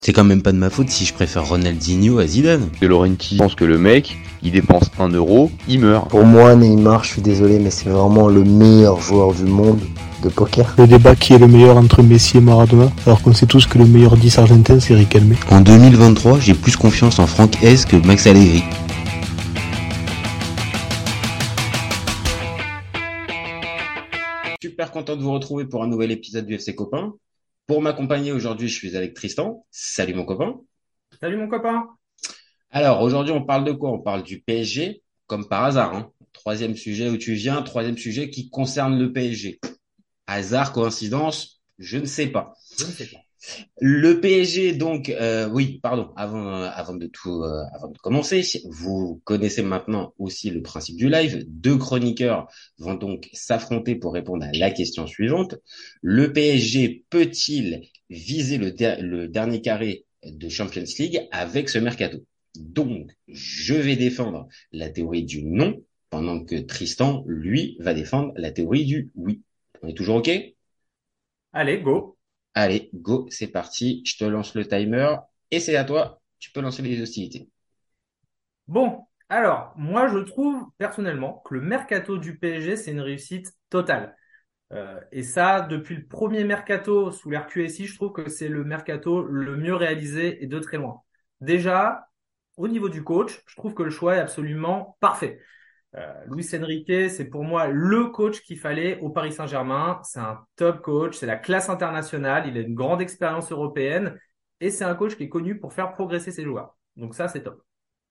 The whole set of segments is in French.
C'est quand même pas de ma faute si je préfère Ronaldinho à Zidane. De Laurenti pense que le mec, il dépense 1€, il meurt. Pour moi, Neymar, je suis désolé, mais c'est vraiment le meilleur joueur du monde de poker. Le débat qui est le meilleur entre Messi et Maradona, alors qu'on sait tous que le meilleur 10 argentin c'est Riquelme. En 2023, j'ai plus confiance en Franck Hez que Max Allegri. Super content de vous retrouver pour un nouvel épisode du FC Copain. Pour m'accompagner aujourd'hui, je suis avec Tristan. Salut mon copain. Salut mon copain. Alors aujourd'hui, on parle de quoi? On parle du PSG, comme par hasard. Troisième sujet où tu viens, troisième sujet qui concerne le PSG. Hasard, coïncidence, je ne sais pas. Je ne sais pas. Le PSG, donc, oui, pardon, avant de commencer, vous connaissez maintenant aussi le principe du live. Deux chroniqueurs vont donc s'affronter pour répondre à la question suivante. Le PSG peut-il viser le dernier carré de Champions League avec ce mercato? Donc, je vais défendre la théorie du non, pendant que Tristan, lui, va défendre la théorie du oui. On est toujours OK? Allez, go. Allez, go, c'est parti. Je te lance le timer et c'est à toi. Tu peux lancer les hostilités. Bon, alors, moi je trouve personnellement que le mercato du PSG, c'est une réussite totale. Et ça, depuis le premier mercato sous l'ère QSI, je trouve que c'est le mercato le mieux réalisé et de très loin. Déjà, au niveau du coach, je trouve que le choix est absolument parfait. Luis Enrique, c'est pour moi le coach qu'il fallait au Paris Saint-Germain. C'est un top coach, c'est la classe internationale, il a une grande expérience européenne et c'est un coach qui est connu pour faire progresser ses joueurs. Donc ça, c'est top.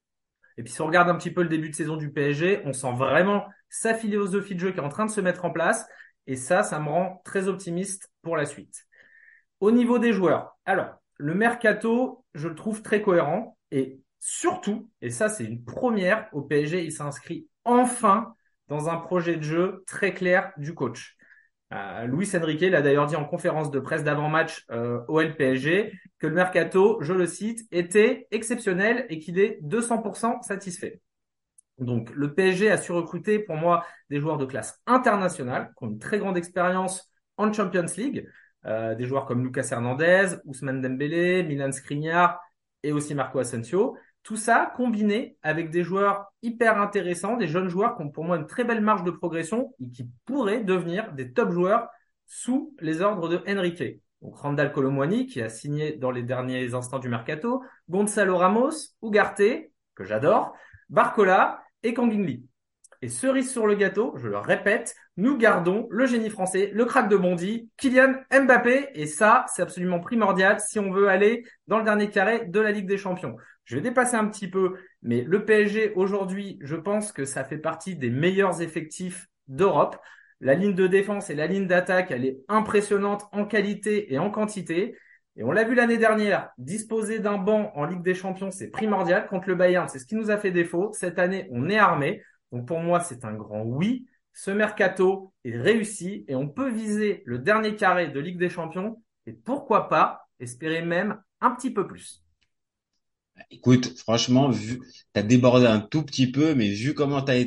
Et puis si on regarde un petit peu le début de saison du PSG, on sent vraiment sa philosophie de jeu qui est en train de se mettre en place et ça me rend très optimiste pour la suite. Au niveau des joueurs, alors, le mercato, je le trouve très cohérent et surtout, et ça c'est une première, au PSG, il s'inscrit enfin dans un projet de jeu très clair du coach. Luis Enrique l'a d'ailleurs dit en conférence de presse d'avant-match OL PSG que le mercato, je le cite, était exceptionnel et qu'il est 200% satisfait. Donc le PSG a su recruter pour moi des joueurs de classe internationale qui ont une très grande expérience en Champions League, des joueurs comme Lucas Hernandez, Ousmane Dembélé, Milan Skriniar et aussi Marco Asensio. Tout ça combiné avec des joueurs hyper intéressants, des jeunes joueurs qui ont pour moi une très belle marge de progression et qui pourraient devenir des top joueurs sous les ordres de Enrique. Donc Randal Kolo Muani qui a signé dans les derniers instants du mercato, Gonzalo Ramos, Ugarte, que j'adore, Barcola et Kang Lee. Et cerise sur le gâteau, je le répète, nous gardons le génie français, le crack de Bondy, Kylian Mbappé, et ça, c'est absolument primordial si on veut aller dans le dernier carré de la Ligue des Champions. Je vais dépasser un petit peu, mais le PSG aujourd'hui, je pense que ça fait partie des meilleurs effectifs d'Europe. La ligne de défense et la ligne d'attaque, elle est impressionnante en qualité et en quantité. Et on l'a vu l'année dernière, disposer d'un banc en Ligue des Champions, c'est primordial. Contre le Bayern, c'est ce qui nous a fait défaut. Cette année, on est armé. Donc pour moi, c'est un grand oui. Ce mercato est réussi et on peut viser le dernier carré de Ligue des Champions et pourquoi pas espérer même un petit peu plus. Écoute, franchement, t'as débordé un tout petit peu, mais vu comment t'as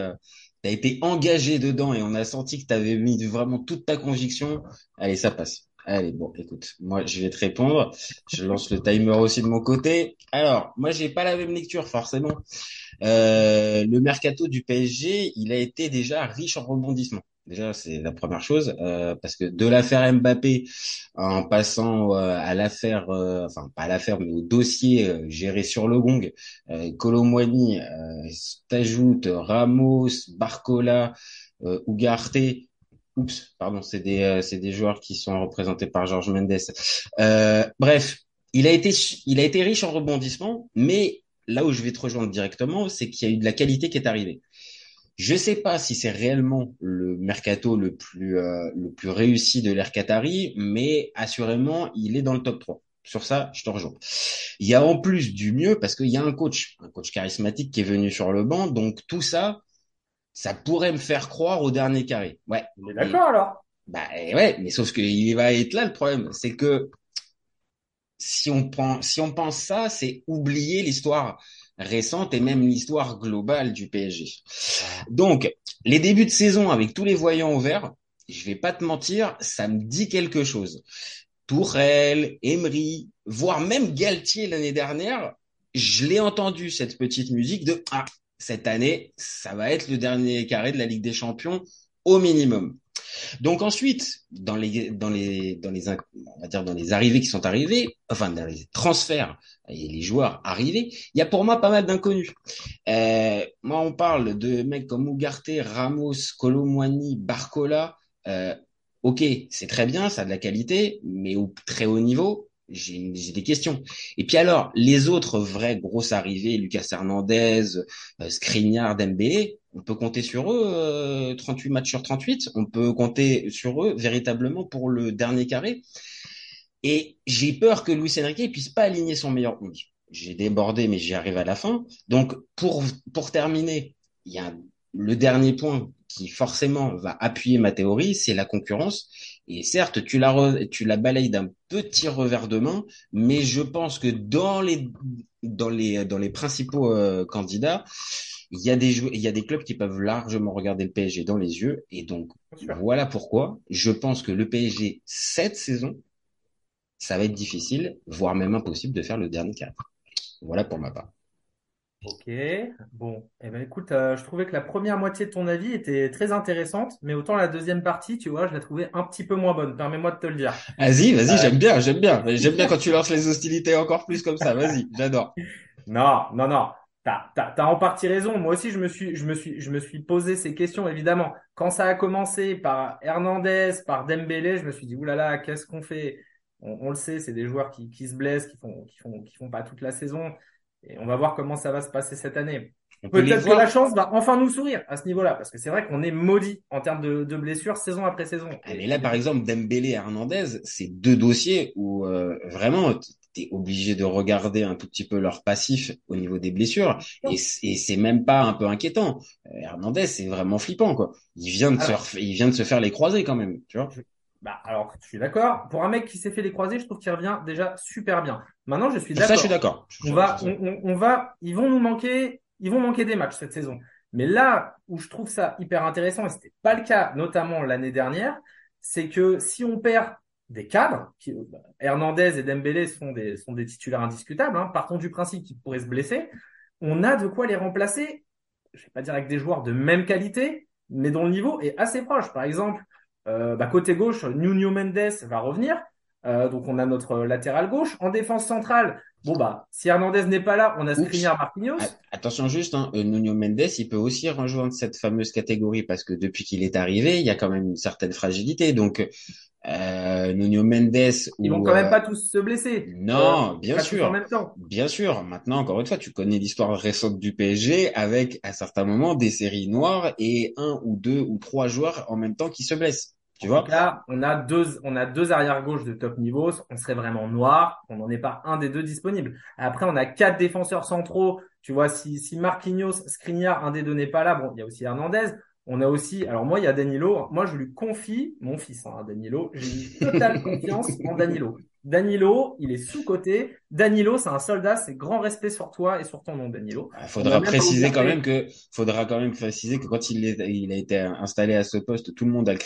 été engagé dedans et on a senti que t'avais mis vraiment toute ta conviction, allez, ça passe. Allez, bon, écoute, moi, je vais te répondre. Je lance le timer aussi de mon côté. Alors, moi, j'ai pas la même lecture, forcément. Le mercato du PSG, il a été déjà riche en rebondissements. Déjà, c'est la première chose, parce que de l'affaire Mbappé en passant à l'affaire, enfin pas à l'affaire, mais au dossier géré sur le gong, Kolo Muani, t'ajoutes Ramos, Barcola, Ugarte. Oups, pardon, c'est des joueurs qui sont représentés par Jorge Mendes. Bref, il a été riche en rebondissements, mais là où je vais te rejoindre directement, c'est qu'il y a eu de la qualité qui est arrivée. Je sais pas si c'est réellement le mercato le plus réussi de l'ère Qatari, mais assurément, il est dans le top 3. Sur ça, je te rejoins. Il y a en plus du mieux parce qu'il y a un coach charismatique qui est venu sur le banc, donc tout ça, ça pourrait me faire croire au dernier carré. Ouais. On est d'accord alors? Bah ouais, mais sauf qu'il va être là le problème, c'est que si on pense ça, c'est oublier l'histoire récente et même l'histoire globale du PSG. Donc, les débuts de saison avec tous les voyants au vert, je vais pas te mentir, ça me dit quelque chose. Tourelle, Emery, voire même Galtier l'année dernière, je l'ai entendu cette petite musique de ah, cette année, ça va être le dernier carré de la Ligue des Champions au minimum. Donc ensuite, on va dire dans les arrivées qui sont arrivées, enfin dans les transferts et les joueurs arrivés, il y a pour moi pas mal d'inconnus. Moi, on parle de mecs comme Ugarte, Ramos, Kolo Muani, Barcola. Ok, c'est très bien, ça a de la qualité, mais au très haut niveau, j'ai des questions. Et puis alors, les autres vraies grosses arrivées, Lucas Hernandez, Skriniar, Dembélé, on peut compter sur eux 38 matchs sur 38. On peut compter sur eux véritablement pour le dernier carré. Et j'ai peur que Luis Enrique puisse pas aligner son meilleur 11. J'ai débordé, mais j'y arrive à la fin. Donc, pour terminer, il y a le dernier point qui forcément va appuyer ma théorie, c'est la concurrence. Et certes, tu la balayes d'un petit revers de main, mais je pense que dans les principaux candidats, il y a des clubs qui peuvent largement regarder le PSG dans les yeux. Et donc, voilà pourquoi je pense que le PSG, cette saison, ça va être difficile, voire même impossible de faire le dernier quart. Voilà pour ma part. Ok, bon, eh ben écoute, je trouvais que la première moitié de ton avis était très intéressante, mais autant la deuxième partie, tu vois, je la trouvais un petit peu moins bonne. Permets-moi de te le dire. Vas-y, Euh, j'aime bien quand tu lances les hostilités encore plus comme ça. Vas-y, j'adore. Non, non, non. T'as en partie raison. Moi aussi, je me suis posé ces questions, évidemment. Quand ça a commencé par Hernandez, par Dembélé, je me suis dit, oulala, qu'est-ce qu'on fait? On le sait, c'est des joueurs qui se blessent, qui font pas toute la saison. Et on va voir comment ça va se passer cette année. On peut les Peut-être que la voir. chance va enfin nous sourire à ce niveau-là, parce que c'est vrai qu'on est maudit en termes de blessures saison après saison. Ah, mais là, par exemple, Dembélé et Hernandez, c'est deux dossiers où vraiment, t'es obligé de regarder un tout petit peu leur passif au niveau des blessures. Et c'est même pas un peu inquiétant. Hernandez, c'est vraiment flippant, quoi. Alors, Il vient de se faire les croisés quand même, tu vois. Je- Bah, alors, je suis d'accord. Pour un mec qui s'est fait les croisés, je trouve qu'il revient déjà super bien. Maintenant, je suis Sur ça, je suis d'accord. d'accord. Ils vont manquer des matchs cette saison. Mais là où je trouve ça hyper intéressant, et c'était pas le cas, notamment l'année dernière, c'est que si on perd des cadres, Hernandez et Dembélé sont des titulaires indiscutables, hein, partons du principe qu'ils pourraient se blesser, on a de quoi les remplacer, je vais pas dire avec des joueurs de même qualité, mais dont le niveau est assez proche. Par exemple, côté gauche, Nuno Mendes va revenir. Donc on a notre latéral gauche. En défense centrale, bon bah si Hernandez n'est pas là, on a Skriniar, Oups. Marquinhos. Attention juste, hein, Nuno Mendes, il peut aussi rejoindre cette fameuse catégorie parce que depuis qu'il est arrivé, il y a quand même une certaine fragilité. Donc, Nuno Mendes Ils vont ou quand même pas tous se blesser, non, pas tous en même temps. bien sûr. Maintenant, encore une fois, tu connais l'histoire récente du PSG avec à certains moments des séries noires et un ou deux ou trois joueurs en même temps qui se blessent. Tu En tout vois? cas, on a deux arrières gauche de top niveau. On serait vraiment noir. On n'en est pas un des deux disponible. Après, on a quatre défenseurs centraux. Tu vois, si Marquinhos, Skriniar, un des deux n'est pas là, bon, il y a aussi Hernandez. On a aussi, alors moi, il y a Danilo. Moi, je lui confie mon fils, hein, Danilo. J'ai une totale confiance en Danilo. Danilo, il est sous-coté. Danilo, c'est un soldat. C'est grand respect sur toi et sur ton nom, Danilo. On n'a même pas Faudra quand même préciser que quand il a été installé à ce poste, tout le monde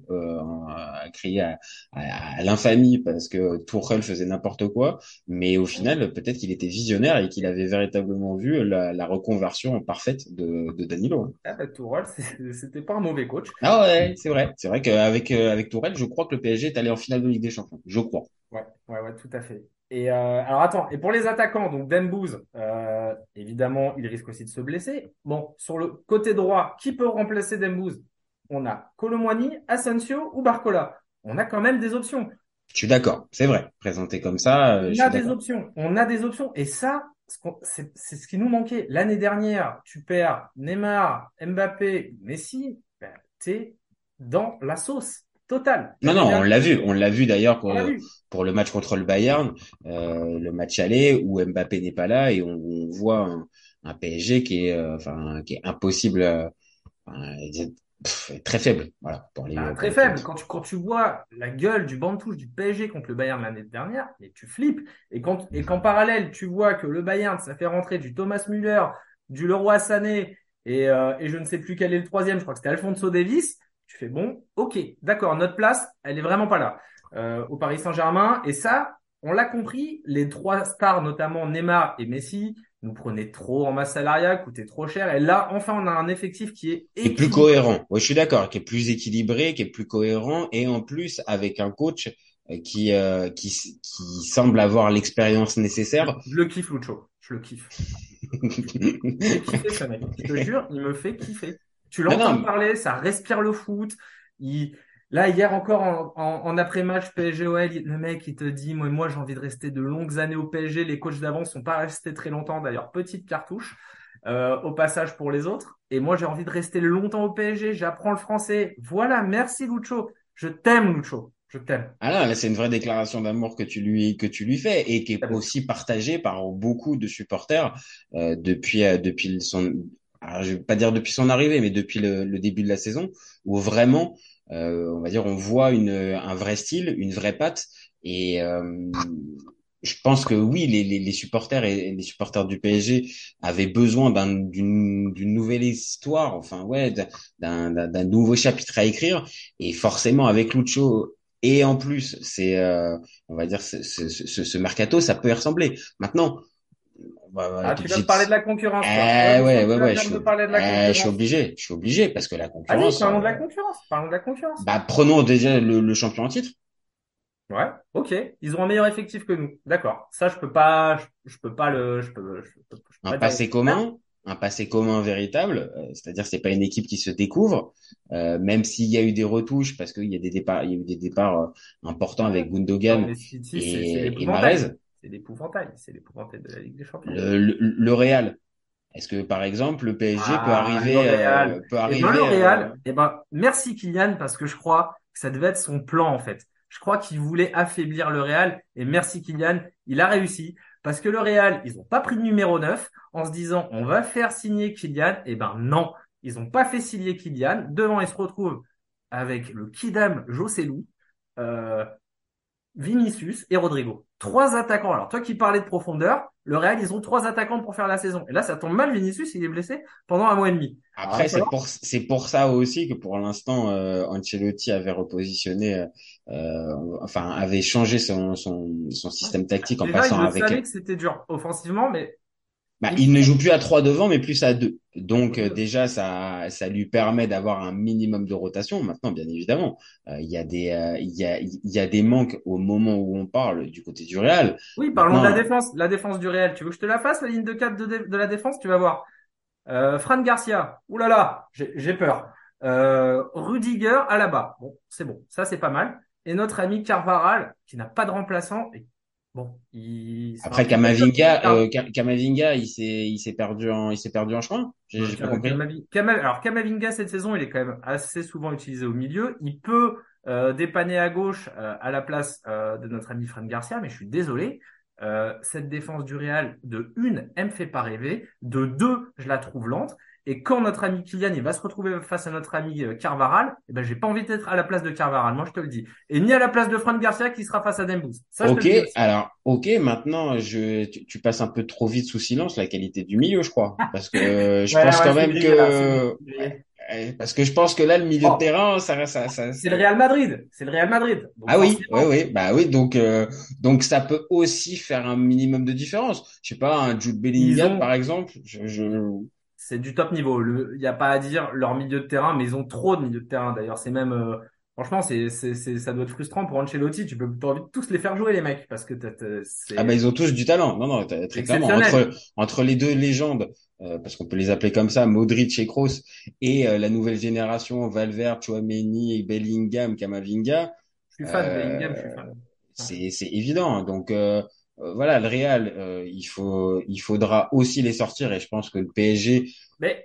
a crié à l'infamie parce que Tuchel faisait n'importe quoi. Mais au final, peut-être qu'il était visionnaire et qu'il avait véritablement vu la reconversion parfaite de Danilo, hein. Ah bah, Tourelle, c'était pas un mauvais coach. Ah ouais, c'est vrai. C'est vrai qu'avec avec Tourelle, je crois que le PSG est allé en finale de Ligue des Champions. Je crois. Ouais, tout à fait. Et alors attends, et pour les attaquants, donc Dembouz, évidemment, il risque aussi de se blesser. Bon, sur le côté droit, qui peut remplacer Dembouz? On a Kolo Muani, Asensio ou Barcola. On a quand même des options. Je suis d'accord. C'est vrai. Présenté comme ça, je On suis a des d'accord. options. On a des options. Et ça, c'est ce qui nous manquait. L'année dernière, tu perds Neymar, Mbappé, Messi, ben, t'es dans la sauce totale. Non, non, L'année dernière, on l'a vu d'ailleurs on l'a vu. pour le match contre le Bayern, le match aller où Mbappé n'est pas là et on voit un PSG qui est, qui est impossible, enfin, très faible, voilà, Bah, pour très les plus. faible. Quand tu vois la gueule du banc de touche du PSG contre le Bayern l'année dernière, mais tu flippes. Et qu'en parallèle, tu vois que le Bayern, ça fait rentrer du Thomas Müller, du Leroy Sané, et je ne sais plus quel est le troisième, je crois que c'était Alphonso Davies. Tu fais bon, ok, d'accord, notre place, elle est vraiment pas là. au Paris Saint-Germain. Et ça, on l'a compris, les trois stars, notamment Neymar et Messi, nous prenaient trop en masse salariale, coûtaient trop cher. Et là, enfin, on a un effectif qui est Qui est plus équilibré. cohérent. Oui, je suis d'accord, qui est plus équilibré, qui est plus cohérent, et en plus avec un coach qui semble avoir l'expérience nécessaire. Je le kiffe, Lucho. Je le kiffe. J'ai kiffé ce mec. Je te jure, il me fait kiffer. Tu Non, l'entends non, parler, ça respire le foot. Il... Là, hier encore en après-match PSG-OL, le mec, il te dit, moi, j'ai envie de rester de longues années au PSG. Les coachs d'avant sont pas restés très longtemps. D'ailleurs, petite cartouche au passage pour les autres. Et moi, j'ai envie de rester longtemps au PSG. J'apprends le français. Voilà, merci Lucho. Je t'aime, Lucho. Je t'aime. ah là, là, c'est une vraie déclaration d'amour que tu lui fais et qui est aussi partagée par beaucoup de supporters depuis son, alors, je vais pas dire depuis son arrivée, mais depuis le début de la saison, où vraiment, on va dire, on voit un vrai style, une vraie patte, et je pense que oui, les supporters et les supporters du PSG avaient besoin d'une nouvelle histoire, enfin ouais, d'un nouveau chapitre à écrire, et forcément avec Lucho. Et en plus, on va dire, ce mercato, ça peut y ressembler. Maintenant, Ah, tu veux me parler de la concurrence, toi. Moi, je ouais, sens que ouais, tu vas ouais, venir me parler de la concurrence. je suis obligé parce que la Allez, concurrence, parlons de la concurrence. Parlons de la concurrence. bah, prenons déjà le champion en titre. Ouais, ok. Ils ont un meilleur effectif que nous. D'accord. Ça, je peux pas je peux Un pas dire le passé contraire. commun, un passé commun véritable, c'est-à-dire c'est pas une équipe qui se découvre, même s'il y a eu des retouches parce qu'il y a des départs, il y a eu des départs importants Ouais. avec Non, Gundogan mais City, c'est et l'épouvantail. Mahrez. C'est l'épouvantail. C'est l'épouvantail de la Ligue des Champions. Le Real, est-ce que par exemple le PSG Ah, le Real. peut Eh ben, le arriver Real, eh ben, merci Kylian parce que je crois que ça devait être son plan, en fait. Je crois qu'il voulait affaiblir le Real et merci Kylian, il a réussi parce que le Real, ils ont pas pris de numéro 9 en se disant on va faire signer Kylian. Eh ben, non. Ils ont pas fait signer Kylian. Devant, ils se retrouvent avec le Kidam Joselu. Euh, Vinicius et Rodrigo. Trois attaquants. Alors, toi qui parlais de profondeur, le Real, ils ont trois attaquants pour faire la saison. Et là, ça tombe mal, Vinicius, il est blessé pendant un mois et demi. Alors, il va Après, falloir- c'est pour ça aussi que pour l'instant, Ancelotti avait repositionné, enfin, avait changé son système tactique en Déjà, il passant le avec, savait que c'était dur offensivement, mais bah, il il ne faut... joue plus à 3 devant, mais plus à 2. Donc, déjà, ça lui permet d'avoir un minimum de rotation. Maintenant, bien évidemment, il y a des manques au moment où on parle du côté du Real. Oui, parlons de la Maintenant, défense. La défense du Real. Tu veux que je te la fasse, la ligne de 4 de la défense? Tu vas voir. Fran Garcia. Ouh là là, j'ai peur. Rudiger à la bas. Bon, c'est bon. Ça, c'est pas mal. Et notre ami Carvaral, qui n'a pas de remplaçant. Et bon, c'est un après peu comme Kamavinga, il s'est perdu en chemin. J'ai pas compris. Alors Kamavinga cette saison, il est quand même assez souvent utilisé au milieu. Il peut dépanner à gauche à la place de notre ami Fran Garcia, mais je suis désolé. Cette défense du Real, de une, elle me fait pas rêver. De deux, je la trouve lente. Et quand notre ami Kylian il va se retrouver face à notre ami Carvaral, eh ben j'ai pas envie d'être à la place de Carvaral, moi je te le dis. Et ni à la place de Fran Garcia qui sera face à Dembouz. Ça je te le Ok, dis aussi. alors, ok, maintenant, tu passes un peu trop vite sous silence la qualité du milieu, je crois. Parce que je Ouais, pense ouais, quand je suis même grillé là, c'est bon. que, parce que je pense que là, le milieu de Bon, terrain, c'est le Real Madrid. C'est le Real Madrid. Donc ah oui, oui, forcément, oui, bah oui, donc ça peut aussi faire un minimum de différence. Je sais pas, un Jude ils Bellingham, par ont, exemple, c'est du top niveau. Il n'y a pas à dire leur milieu de terrain, mais ils ont trop de milieu de terrain. D'ailleurs, c'est même, franchement, ça doit être frustrant pour Ancelotti. T'as envie de tous les faire jouer, les mecs, parce que ah bah ils ont tous du talent. Non, non, c'est très clairement. exceptionnel. Entre les deux légendes, parce qu'on peut les appeler comme ça, Modric et Kroos, et la nouvelle génération, Valverde, Tchouaméni, Bellingham, Camavinga, Je suis fan de Bellingham, je suis euh, fan. Ouais. c'est évident. Donc voilà, le Real, il faudra aussi les sortir, et je pense que le PSG Mais,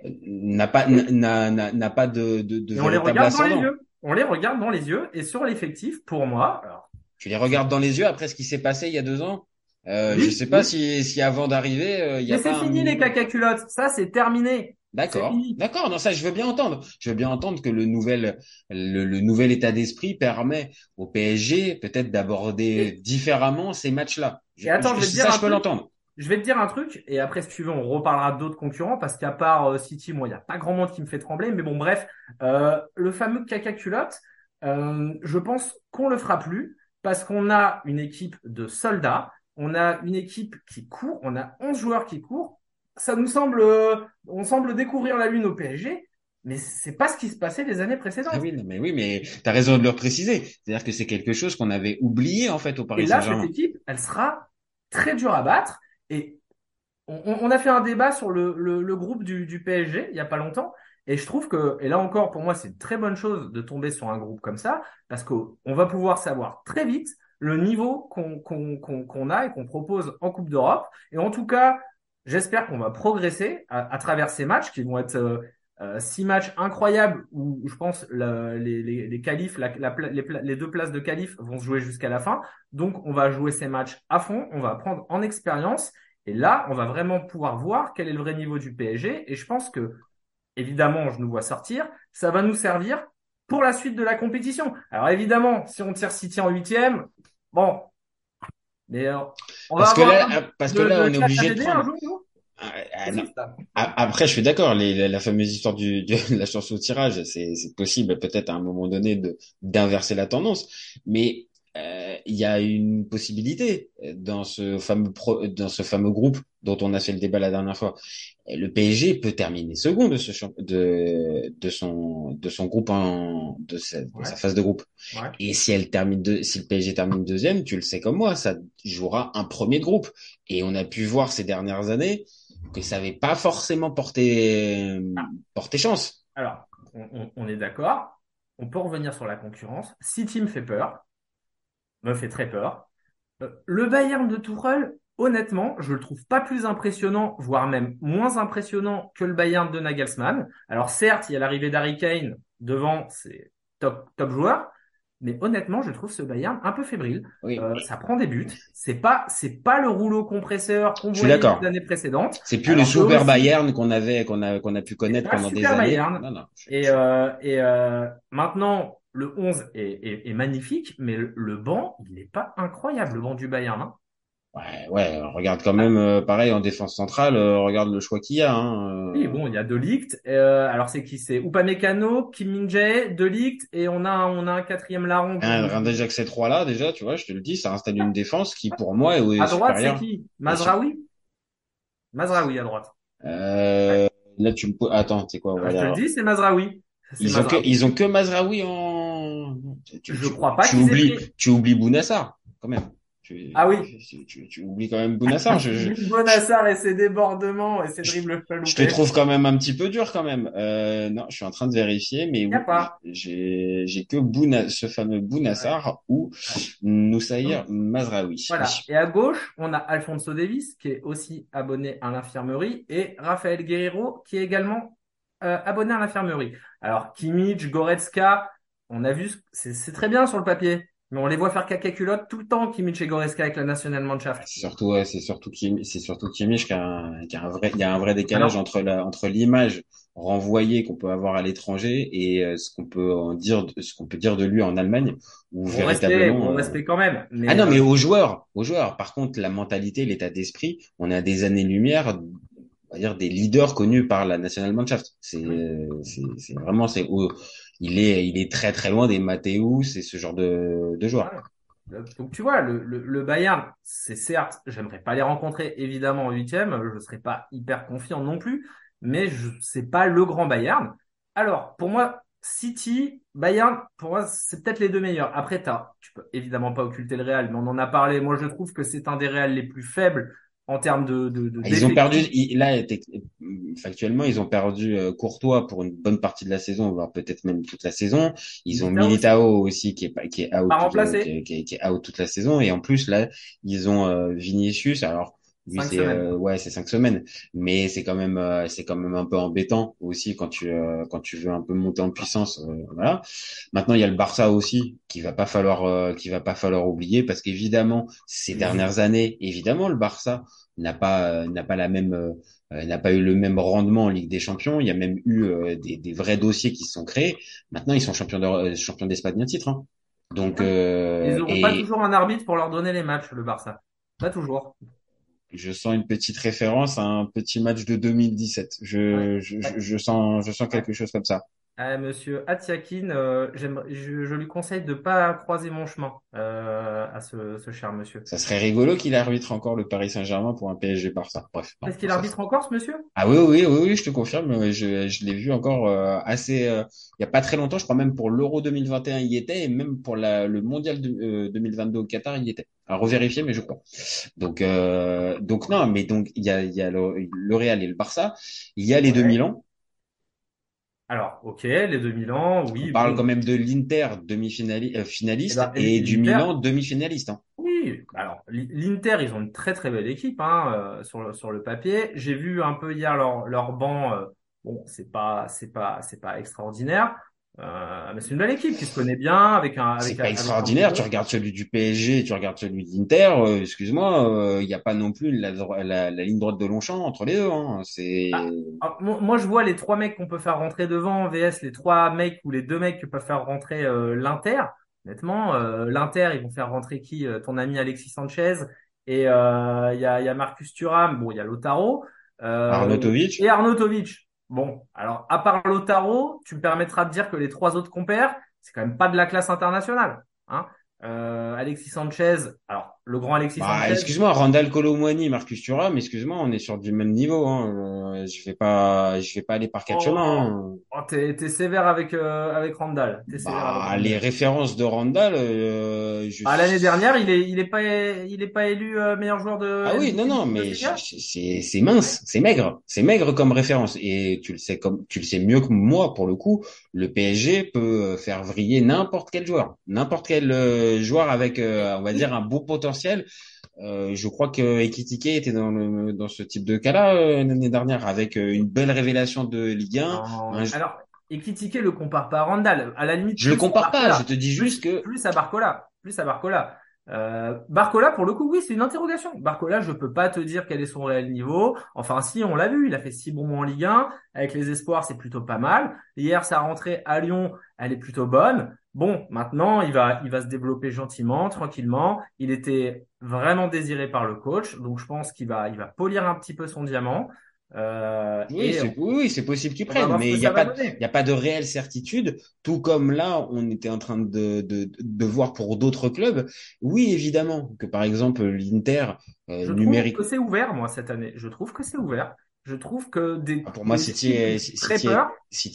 n'a pas de et on les véritable regarde dans les ascendant. yeux. On les regarde dans les yeux. Et sur l'effectif, pour moi, alors, Tu les je- regardes dans les yeux après ce qui s'est passé il y a 2 ans. Je oui, sais pas oui. si avant d'arriver, il n'y Mais a c'est pas un fini, les minimum. caca culottes. Ça, c'est terminé. C'est D'accord, fini. d'accord. Non, ça, je veux bien entendre. Je veux bien entendre que le nouvel état d'esprit permet au PSG peut-être d'aborder Et, différemment ces matchs-là. et attends, je vais te dire Ça, un je peux truc. l'entendre. Je vais te dire un truc, et après, si tu veux, on reparlera d'autres concurrents, parce qu'à part City, moi, il n'y a pas grand monde qui me fait trembler, mais bon, bref, le fameux caca culotte, je pense qu'on le fera plus, parce qu'on a une équipe de soldats, on a une équipe qui court, on a 11 joueurs qui courent. Ça nous semble, on semble découvrir la lune au PSG, mais c'est pas ce qui se passait les années Ah précédentes. oui, non, mais oui, mais t'as raison de le préciser. C'est-à-dire que c'est quelque chose qu'on avait oublié, en fait, au Et Paris là, cette Saint-Germain. équipe, elle sera très dure à battre. Et on a fait un débat sur le groupe du PSG il y a pas longtemps. Et je trouve que, et là encore, pour moi, c'est une très bonne chose de tomber sur un groupe comme ça, parce qu'on va pouvoir savoir très vite le niveau qu'on a et qu'on propose en Coupe d'Europe. Et en tout cas, j'espère qu'on va progresser à travers ces matchs qui vont être 6 matchs incroyables où je pense les qualifs, les 2 places de qualif vont se jouer jusqu'à la fin. Donc, on va jouer ces matchs à fond, on va prendre en expérience. Et là, on va vraiment pouvoir voir quel est le vrai niveau du PSG. Et je pense que, évidemment, je nous vois sortir. Ça va nous servir pour la suite de la compétition. Alors, évidemment, si on tire City en 8e, bon, mais on va avoir Parce que là, de on est clash à obligé de gêner un prendre. jour, nous Ah, non. aussi, ça. Après, je suis d'accord. La fameuse histoire de la chance au tirage, c'est possible peut-être à un moment donné d'inverser la tendance, mais il y a une possibilité dans dans ce fameux groupe dont on a fait le débat la dernière fois. Le PSG peut terminer second de son groupe de Ouais, sa phase de groupe. ouais. Et si le PSG termine deuxième, tu le sais comme moi, ça jouera un premier de groupe. Et on a pu voir ces dernières années que ça n'avait pas forcément Ah, porté chance. alors, on est d'accord. On peut revenir sur la concurrence. City me fait peur, me fait très peur. Le Bayern de Tourelle, honnêtement, je le trouve pas plus impressionnant, voire même moins impressionnant que le Bayern de Nagelsmann. Alors certes, il y a l'arrivée d'Harry Kane devant, c'est top joueur, mais honnêtement, je trouve ce Bayern un peu fébrile. Oui, Ça prend des buts. C'est pas le rouleau compresseur qu'on je suis voyait les d'accord. années précédentes. C'est plus le Alors que super aussi, Bayern qu'on a pu c'est connaître pas le pendant des super années. Bayern. Non, non. Et maintenant, le 11 est magnifique, mais le banc, il n'est pas incroyable, le banc du Bayern, hein. Ouais, regarde quand même, pareil, en défense centrale, regarde le choix qu'il y a, hein. Oui, bon, il y a De Ligt. Alors, c'est qui? C'est Upamecano, Kim Min-jae, De Ligt, et on a un quatrième larron. Rien déjà que ces trois-là, déjà, tu vois, je te le dis, ça installe une défense qui, pour moi, est À droite, c'est supérieure. qui? Et sup- Mazraoui? Mazraoui à droite. Ouais. là, attends, c'est quoi, on va Je te le dire. dis, c'est Mazraoui. C'est Mazraoui. Ils ont que Mazraoui en, Je crois pas qu'ils aient pris. tu oublies Bounassar, quand même. Ah oui. Tu oublies quand même Bounassar. Bonassar et ses débordements et ses dribbles Je te loupés. trouve quand même un petit peu dur, quand même. Non, je suis en train de vérifier, mais Il n'y a oui, pas. j'ai que ce fameux Ouais. Bounassar ou Ouais. Noussaïr Donc, Mazraoui. voilà. Oui. Et à gauche, on a Alphonso Davies, qui est aussi abonné à l'infirmerie, et Raphaël Guerreiro, qui est également abonné à l'infirmerie. Alors, Kimmich, Goretzka, on a vu, c'est très bien sur le papier, mais on les voit faire caca culotte tout le temps, Kimmich et Goretzka avec la Nationalmannschaft. C'est surtout Kimmich qui a un vrai, il y a un vrai décalage Alors, entre l'image renvoyée qu'on peut avoir à l'étranger et ce qu'on peut dire de lui en Allemagne, où bon véritablement, respect quand même, ah mais non, mais aux joueurs. Par contre, la mentalité, l'état d'esprit, on a des années-lumière, on va dire des leaders connus par la Nationalmannschaft. oui. C'est vraiment, il est très très loin des Matthäus et ce genre de joueurs. Ouais. Donc tu vois, le Bayern, c'est certes, j'aimerais pas les rencontrer évidemment en 8e, je serais pas hyper confiant non plus, mais c'est pas le grand Bayern. Alors pour moi, City, Bayern, pour moi c'est peut-être les deux meilleurs. Après tu peux évidemment pas occulter le Real, mais on en a parlé. Moi je trouve que c'est un des Reals les plus faibles en termes Ils ont perdu, d'effectifs. factuellement, ils ont perdu Courtois pour une bonne partie de la saison, voire peut-être même toute la saison. Ils ont Militao aussi, Militao aussi qui est pas out remplacé, qui est out toute la saison. Et en plus, là, ils ont Vinicius. Alors, lui, 5 semaines. ouais, c'est 5 semaines. Mais c'est quand même un peu embêtant aussi quand tu veux un peu monter en puissance. Voilà. Maintenant, il y a le Barça aussi qu'il va pas falloir oublier parce qu'évidemment, ces dernières années, évidemment, le Barça n'a pas la même n'a pas eu le même rendement en Ligue des Champions. Il y a même eu des vrais dossiers qui se sont créés. Maintenant, ils sont champions d'Espagne à titre. Hein. Donc Ouais. Ils auront pas et toujours un arbitre pour leur donner les matchs, le Barça. Pas toujours. je sens une petite référence à un petit match de 2017. Ouais. Ouais. Je sens Ouais. quelque chose comme ça. Monsieur Atiakin, je lui conseille de pas croiser mon chemin à ce cher monsieur. Ça serait rigolo qu'il arbitre encore le Paris Saint-Germain pour un PSG Barça. Bref, non, Est-ce qu'il ça arbitre encore, ce monsieur? Ah oui, oui, oui, oui, je te confirme. Je l'ai vu encore assez. Il y a pas très longtemps, je crois même pour l'Euro 2021, il y était, et même pour le Mondial 2022 au Qatar, il y était. À revérifier, mais je crois. Donc non, mais donc il y a le Real et le Barça. Il y a les deux Ouais. Milan. Alors, ok, les 2000 ans, On oui, parle quand bon. même de l'Inter Eh finaliste ben, et du l'Inter, Milan demi-finaliste. Hein. oui. Alors, l'Inter, ils ont une très très belle équipe hein, sur le papier. J'ai vu un peu hier leur banc. Bon, c'est pas extraordinaire, mais c'est une belle équipe qui se connaît bien C'est pas avec un bon extraordinaire. Tu jeu. regardes celui du PSG, tu regardes celui de l'Inter. Excuse-moi, il n'y a pas non plus la ligne droite de Longchamp entre les deux. Hein. C'est Moi, je vois les trois mecs qu'on peut faire rentrer devant vs les trois mecs ou les deux mecs que peuvent faire rentrer l'Inter. Honnêtement, l'Inter, ils vont faire rentrer qui? Ton ami Alexis Sanchez et il y a Marcus Thuram. Bon, il y a Lautaro et Arnautovic. Arnautovic. Bon, alors à part Lautaro, tu me permettras de dire que les trois autres compères, c'est quand même pas de la classe internationale, hein. Alexis Sanchez, alors le grand Alexis Bah, Sanchez. excuse-moi, Randal Kolo Muani, Marcus Thuram, excuse-moi, on est sur du même niveau. Hein. Je vais pas aller par quatre Oh, chemins. Hein. t'es sévère avec Randall. T'es sévère avec Bah, les Randall. références de Randall, Ah, l'année dernière, il est pas élu meilleur joueur de ah oui, non, NBA non, mais Bundesliga? c'est mince, c'est maigre comme référence. Et tu le sais mieux que moi pour le coup, le PSG peut faire vriller n'importe quel joueur avec, on va dire, un beau potentiel. Je crois que Ekitike était dans ce type de cas-là l'année dernière avec une belle révélation de Ligue 1. Non. Alors, Ekitike le compare pas à Randall. À la limite, Je le plus à compare pas, je Barcola. te dis juste que Plus à Barcola. Plus à Barcola. Barcola, pour le coup, oui, c'est une interrogation. Barcola, je peux pas te dire quel est son réel niveau. Enfin, si, on l'a vu, il a fait 6 bons mois en Ligue 1. Avec les espoirs, c'est plutôt pas mal. Hier, sa rentrée à Lyon, elle est plutôt bonne. Bon, maintenant, il va se développer gentiment, tranquillement. Il était vraiment désiré par le coach, donc je pense il va polir un petit peu son diamant. Et oui, c'est possible qu'ils on va prennent, voir ce mais que ça va donner. il y a pas de réelle certitude. Tout comme là, on était en train de voir pour d'autres clubs. Oui, évidemment que par exemple l'Inter Je trouve numérique. que c'est ouvert, moi, cette année. Je trouve que c'est ouvert. Je trouve que Ah, pour moi, des équipes qui me font très peur,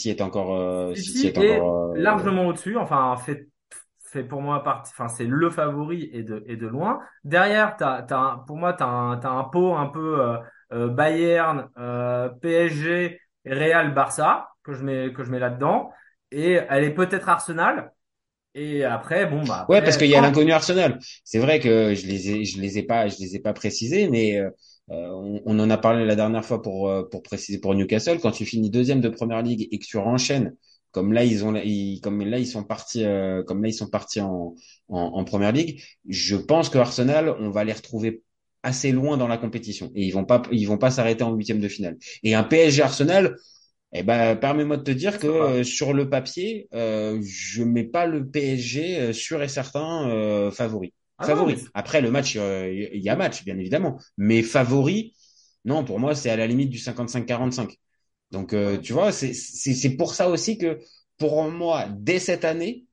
City City est est encore. largement au-dessus. Enfin, fait pour moi partie, enfin, c'est le favori et de loin. Derrière, pour moi, t'as un pot un peu Bayern, PSG, Real, Barça que je mets là-dedans. Et elle est peut-être Arsenal. Et après, bon, bah Ouais, parce après, qu'il y a quand, l'inconnu Arsenal. C'est vrai que je les ai pas précisés, mais on en a parlé la dernière fois pour préciser pour Newcastle. Quand tu finis deuxième de première ligue et que tu enchaînes, comme là ils sont partis, comme là ils sont partis en première ligue, je pense que Arsenal, on va les retrouver assez loin dans la compétition et ils vont pas s'arrêter en huitième de finale. Et un PSG Arsenal. Eh ben, permets-moi de te dire que sympa. sur le papier, je mets pas le PSG sûr et certain favori. Ah non, mais Favori. Après, le match, il y a match, bien évidemment. Mais favori, non, pour moi, c'est à la limite du 55-45. Donc, tu vois, c'est pour ça aussi que, pour moi, dès cette année,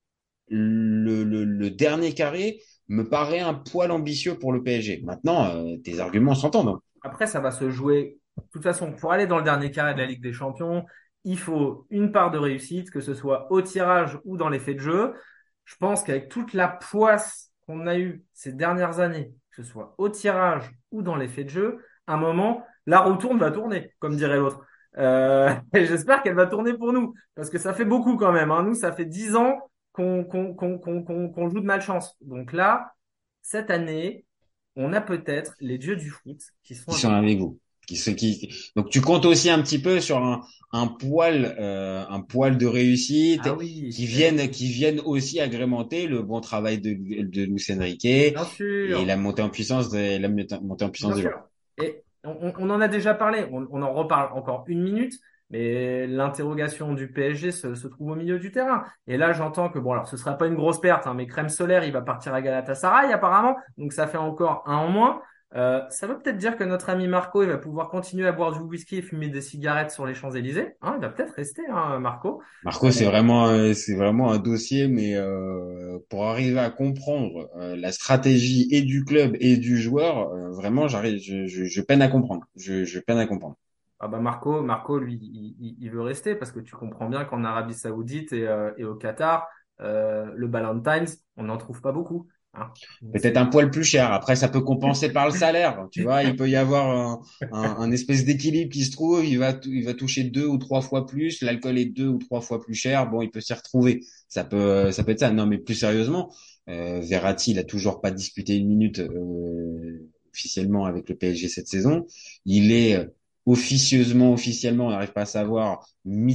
le dernier carré me paraît un poil ambitieux pour le PSG. Maintenant, tes arguments s'entendent. Hein. après, ça va se jouer. De toute façon, pour aller dans le dernier carré de la Ligue des Champions, il faut une part de réussite, que ce soit au tirage ou dans l'effet de jeu. Je pense qu'avec toute la poisse qu'on a eue ces dernières années, que ce soit au tirage ou dans l'effet de jeu, à un moment, la roue tourne va tourner, comme dirait l'autre. Et j'espère qu'elle va tourner pour nous, parce que ça fait beaucoup quand même. Hein. Nous, ça fait 10 ans qu'on joue de malchance. Donc là, cette année, on a peut-être les dieux du foot qui sont Qui sont avec nous. avec vous. Donc tu comptes aussi un petit peu sur un poil de réussite Ah oui, eh oui, qui viennent aussi agrémenter le bon travail de Luis Enrique et bien sûr, montée en puissance bien des joueurs. sûr. Et on en a déjà parlé, on en reparle encore une minute, mais l'interrogation du PSG se trouve au milieu du terrain. Et là, j'entends que, bon, alors ce sera pas une grosse perte, hein, mais Crème Solaire, il va partir à Galatasaray apparemment, donc ça fait encore un en moins. Ça veut peut-être dire que notre ami Marco, il va pouvoir continuer à boire du whisky et fumer des cigarettes sur les Champs-Élysées. Hein, il va peut-être rester, hein, Marco. Marco, c'est vraiment un dossier, mais pour arriver à comprendre la stratégie et du club et du joueur, vraiment, je peine à comprendre. Je peine à comprendre. Ah bah Marco, lui, il veut rester parce que tu comprends bien qu'en Arabie Saoudite et au Qatar, le Ballantines, on n'en trouve pas beaucoup. Hein. Donc Peut-être un poil plus cher. Après, ça peut compenser par le salaire. Tu vois, il peut y avoir un espèce d'équilibre qui se trouve. Il va toucher 2 ou 3 fois plus. L'alcool est 2 ou 3 fois plus cher. Bon, il peut s'y retrouver. Ça peut être ça. Non, mais plus sérieusement, Verratti, il a toujours pas disputé une minute officiellement avec le PSG cette saison. Il est officiellement, on n'arrive pas à savoir,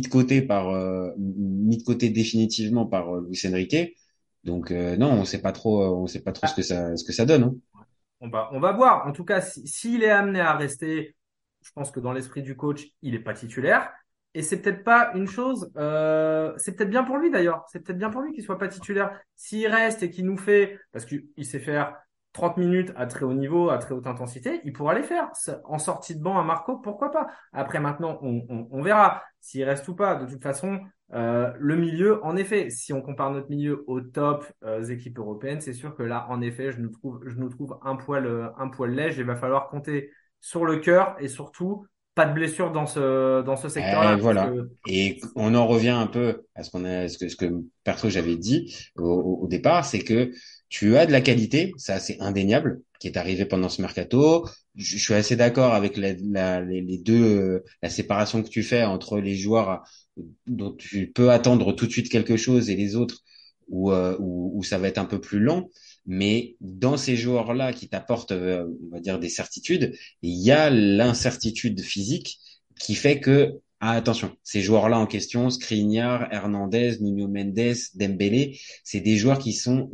mis de côté définitivement par Luis Enrique. Donc non, on sait pas trop ah, ce que ça donne. Hein. on va voir. En tout cas, s'il est amené à rester, je pense que dans l'esprit du coach, il est pas titulaire. Et c'est peut-être pas une chose, c'est peut-être bien pour lui d'ailleurs. C'est peut-être bien pour lui qu'il soit pas titulaire. S'il reste et qu'il nous fait, parce qu'il sait faire 30 minutes à très haut niveau, à très haute intensité, il pourra les faire. En sortie de banc à Marco, pourquoi pas? Après, maintenant, on verra s'il reste ou pas. De toute façon, le milieu, en effet, si on compare notre milieu aux top équipes européennes, c'est sûr que là, en effet, je nous trouve un poil léger. Il va falloir compter sur le cœur et surtout pas de blessure dans ce secteur-là. Parce Voilà. que Et on en revient un peu à ce que perso j'avais dit au départ, c'est que tu as de la qualité, ça c'est indéniable, qui est arrivé pendant ce mercato. Je suis assez d'accord avec les deux, la séparation que tu fais entre les joueurs dont tu peux attendre tout de suite quelque chose et les autres où ça va être un peu plus lent. Mais dans ces joueurs-là qui t'apportent, on va dire, des certitudes, il y a l'incertitude physique qui fait que attention, ces joueurs-là en question, Skriniar, Hernandez, Nuno Mendes, Dembélé, c'est des joueurs qui sont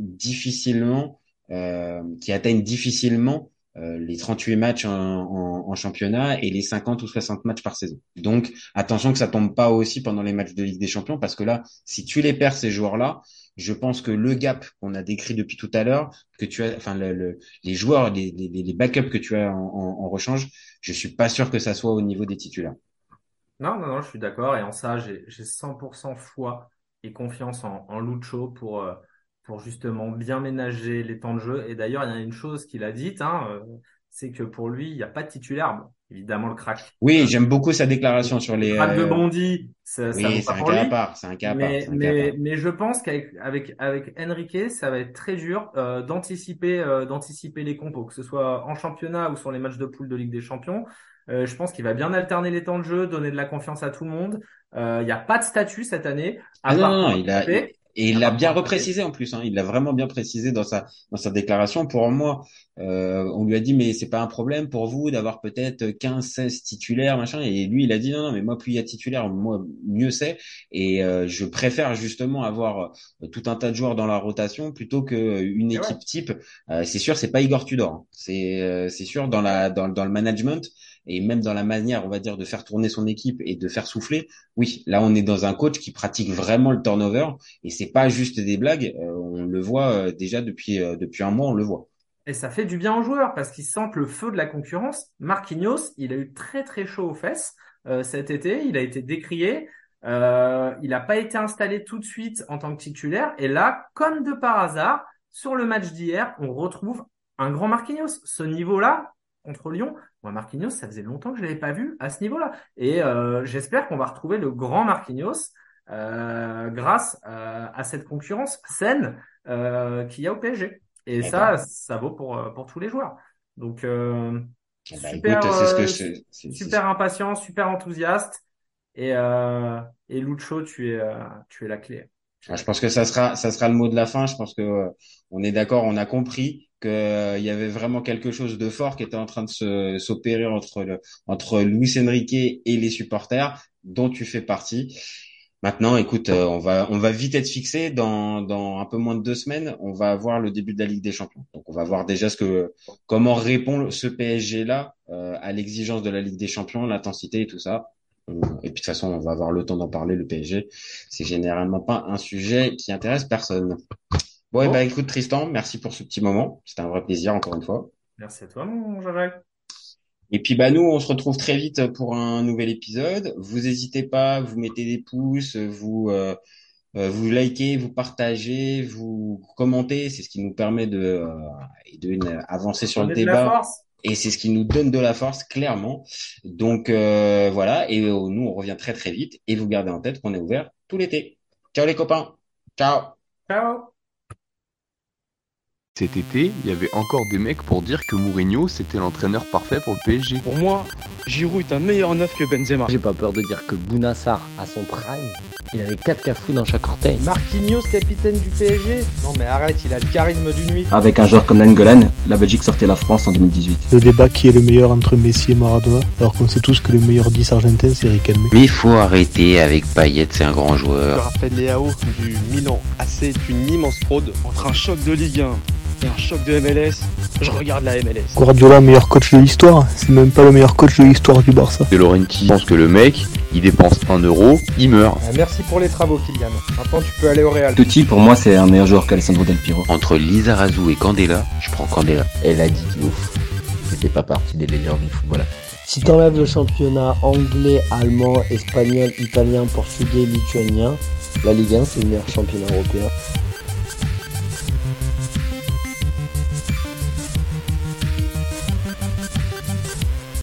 qui atteignent difficilement les 38 matchs en championnat et les 50 ou 60 matchs par saison. Donc, attention que ça tombe pas aussi pendant les matchs de Ligue des Champions, parce que là, si tu les perds, ces joueurs-là, je pense que le gap qu'on a décrit depuis tout à l'heure, que tu as, enfin, les joueurs, les backups que tu as en rechange, je suis pas sûr que ça soit au niveau des titulaires. non, non, non, je suis d'accord. Et en ça, j'ai 100% foi et confiance en Lucho pour justement bien ménager les temps de jeu. Et d'ailleurs, il y a une chose qu'il a dite, hein, c'est que pour lui, il n'y a pas de titulaire. Bon, évidemment, le crack. Oui, j'aime beaucoup sa déclaration sur Le les. crack de Bondy, ça Oui, vaut c'est pas un pour cas à lui. part, c'est un cas à part, Mais, c'est un cas à mais, part. mais je pense avec Enrique, ça va être très dur d'anticiper les compos, que ce soit en championnat ou sur les matchs de poule de Ligue des Champions. Je pense qu'il va bien alterner les temps de jeu, donner de la confiance à tout le monde. Il n'y a pas de statut cette année, à Ah non, part non, pour non, Mbappé. et il À l'a part pour bien Mbappé. reprécisé en plus, hein. Il l'a vraiment bien précisé dans sa déclaration. Pour moi, on lui a dit, mais c'est pas un problème pour vous d'avoir peut-être 15, 16 titulaires, machin. Et lui, il a dit, non, non, mais moi, plus il y a titulaires, moi, mieux c'est. Et je préfère justement avoir tout un tas de joueurs dans la rotation plutôt que une Et ouais. équipe type. C'est sûr, c'est pas Igor Tudor. Hein. C'est sûr dans le management et même dans la manière, on va dire, de faire tourner son équipe et de faire souffler. Oui, là on est dans un coach qui pratique vraiment le turnover et c'est pas juste des blagues. On le voit déjà depuis un mois, on le voit. Et ça fait du bien aux joueurs parce qu'ils sentent le feu de la concurrence. Marquinhos, il a eu très très chaud aux fesses cet été. Il a été décrié. Il n'a pas été installé tout de suite en tant que titulaire. Et là, comme de par hasard, sur le match d'hier, on retrouve un grand Marquinhos. Ce niveau-là, contre Lyon, moi, Marquinhos, ça faisait longtemps que je l'avais pas vu à ce niveau-là. Et j'espère qu'on va retrouver le grand Marquinhos grâce à cette concurrence saine qu'il y a au PSG. Et Eh ben, ça vaut pour tous les joueurs. Donc, eh ben, écoute, super impatient, super enthousiaste. Et Lucho, tu es la clé. Tu es je la pense clé. que ça sera le mot de la fin. Je pense que on est d'accord, on a compris que il y avait vraiment quelque chose de fort qui était en train de s'opérer entre Luis Enrique et les supporters, dont tu fais partie. Maintenant, écoute, on va vite être fixé dans un peu moins de 2 semaines. On va avoir le début de la Ligue des Champions. Donc, on va voir déjà comment répond ce PSG-là à l'exigence de la Ligue des Champions, l'intensité et tout ça. Et puis de toute façon, on va avoir le temps d'en parler. Le PSG, c'est généralement pas un sujet qui intéresse personne. Bon, et ben Bon, écoute Tristan, merci pour ce petit moment. C'était un vrai plaisir encore une fois. Merci à toi, mon Jean-Jacques. Et puis bah nous, on se retrouve très vite pour un nouvel épisode. Vous n'hésitez pas, vous mettez des pouces, vous likez, vous partagez, vous commentez. C'est ce qui nous permet avancer sur le Donnez de la débat. force. Et c'est ce qui nous donne de la force, clairement. Donc voilà, et nous, on revient très très vite. Et vous gardez en tête qu'on est ouvert tout l'été. Ciao les copains. Ciao. Ciao. Cet été, il y avait encore des mecs pour dire que Mourinho c'était l'entraîneur parfait pour le PSG. Pour moi, Giroud est un meilleur neuf que Benzema. J'ai pas peur de dire que Bounassar, à son prime, il avait 4 cafous dans chaque orteil. Marquinhos, capitaine du PSG. Non mais arrête, il a le charisme d'une nuit. Avec un joueur comme Nainggolan, la Belgique sortait la France en 2018. Le débat qui est le meilleur entre Messi et Maradona, alors qu'on sait tous que le meilleur 10 argentin c'est Riquelme. Mais il faut arrêter avec Payet, c'est un grand joueur. Raphaël Leao du Milan AC est une immense fraude. Entre un choc de Ligue 1 et un choc de MLS, je regarde la MLS. Guardiola, meilleur coach de l'histoire, c'est même pas le meilleur coach de l'histoire du Barça. De Laurenti pense que le mec, il dépense 1 euro, il meurt. Merci pour les travaux, Kylian. Maintenant, tu peux aller au Real. Totti, pour moi, c'est un meilleur joueur qu'Alessandro Del Piero. Entre Lizarazu et Candela, je prends Candela. Elle a dit qu'il c'était pas partie des légendes du football. Si t'enlèves le championnat anglais, allemand, espagnol, italien, portugais, lituanien, la Ligue 1 c'est le meilleur championnat européen.